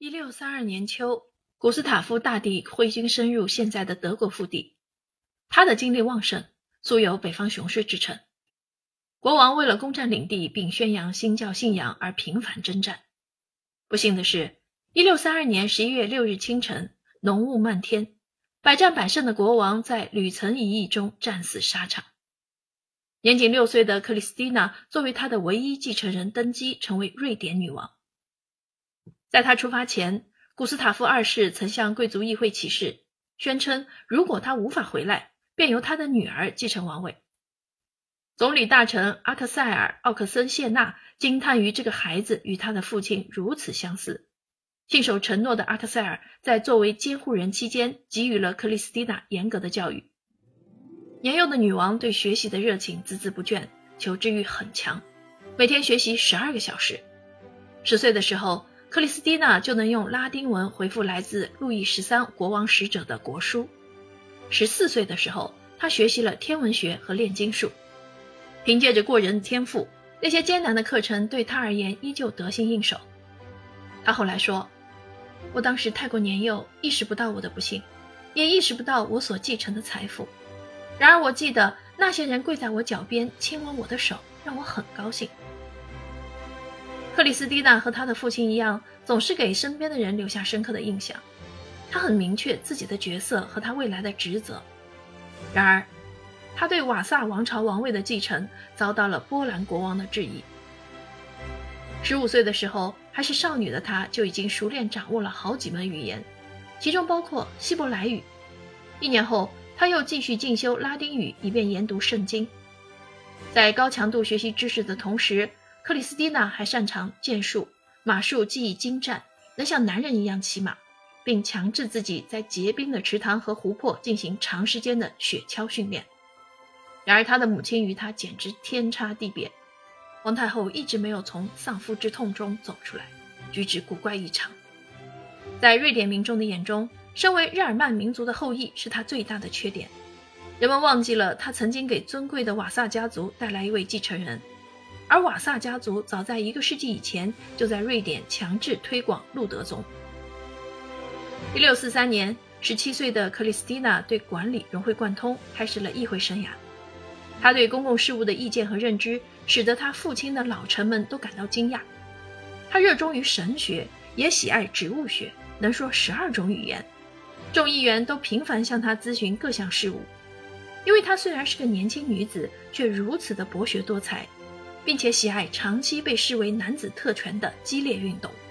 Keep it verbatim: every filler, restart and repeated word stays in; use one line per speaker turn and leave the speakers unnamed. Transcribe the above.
一六三二年秋，古斯塔夫大帝挥军深入现在的德国腹地，他的精力旺盛，素有北方雄狮之称。国王为了攻占领地并宣扬新教信仰而频繁征战。不幸的是，一六三二年十一月六日清晨，浓雾漫天，百战百胜的国王在屡层一役中战死沙场。年仅六岁的克里斯蒂娜作为他的唯一继承人登基，成为瑞典女王。在他出发前，古斯塔夫二世曾向贵族议会起誓，宣称如果他无法回来，便由他的女儿继承王位。总理大臣阿克塞尔·奥克森谢纳惊叹于这个孩子与他的父亲如此相似。信守承诺的阿克塞尔在作为监护人期间给予了克里斯蒂娜严格的教育。年幼的女王对学习的热情孜孜不倦，求知欲很强，每天学习十二个小时。十岁的时候，克里斯蒂娜就能用拉丁文回复来自路易十三国王使者的国书。十四岁的时候，她学习了天文学和炼金术。凭借着过人的天赋，那些艰难的课程对她而言依旧得心应手。她后来说，我当时太过年幼，意识不到我的不幸，也意识不到我所继承的财富。然而我记得那些人跪在我脚边亲吻我的手，让我很高兴。克里斯蒂娜和她的父亲一样，总是给身边的人留下深刻的印象。她很明确自己的角色和她未来的职责。然而她对瓦萨王朝王位的继承遭到了波兰国王的质疑。十五岁的时候，还是少女的她就已经熟练掌握了好几门语言，其中包括希伯来语。一年后，她又继续进修拉丁语，以便研读圣经。在高强度学习知识的同时，克里斯蒂娜还擅长剑术，马术技艺精湛，能像男人一样骑马，并强制自己在结冰的池塘和湖泊进行长时间的雪橇训练。然而她的母亲与她简直天差地别，皇太后一直没有从丧夫之痛中走出来，举止古怪异常。在瑞典民众的眼中，身为日耳曼民族的后裔是她最大的缺点。人们忘记了她曾经给尊贵的瓦萨家族带来一位继承人，而瓦萨家族早在一个世纪以前就在瑞典强制推广路德宗。一六四三年，十七岁的克里斯蒂娜对管理融会贯通，开始了议会生涯。她对公共事务的意见和认知使得她父亲的老臣们都感到惊讶。她热衷于神学，也喜爱植物学，能说十二种语言。众议员都频繁向她咨询各项事务。因为她虽然是个年轻女子，却如此的博学多才，并且喜爱长期被视为男子特权的激烈运动。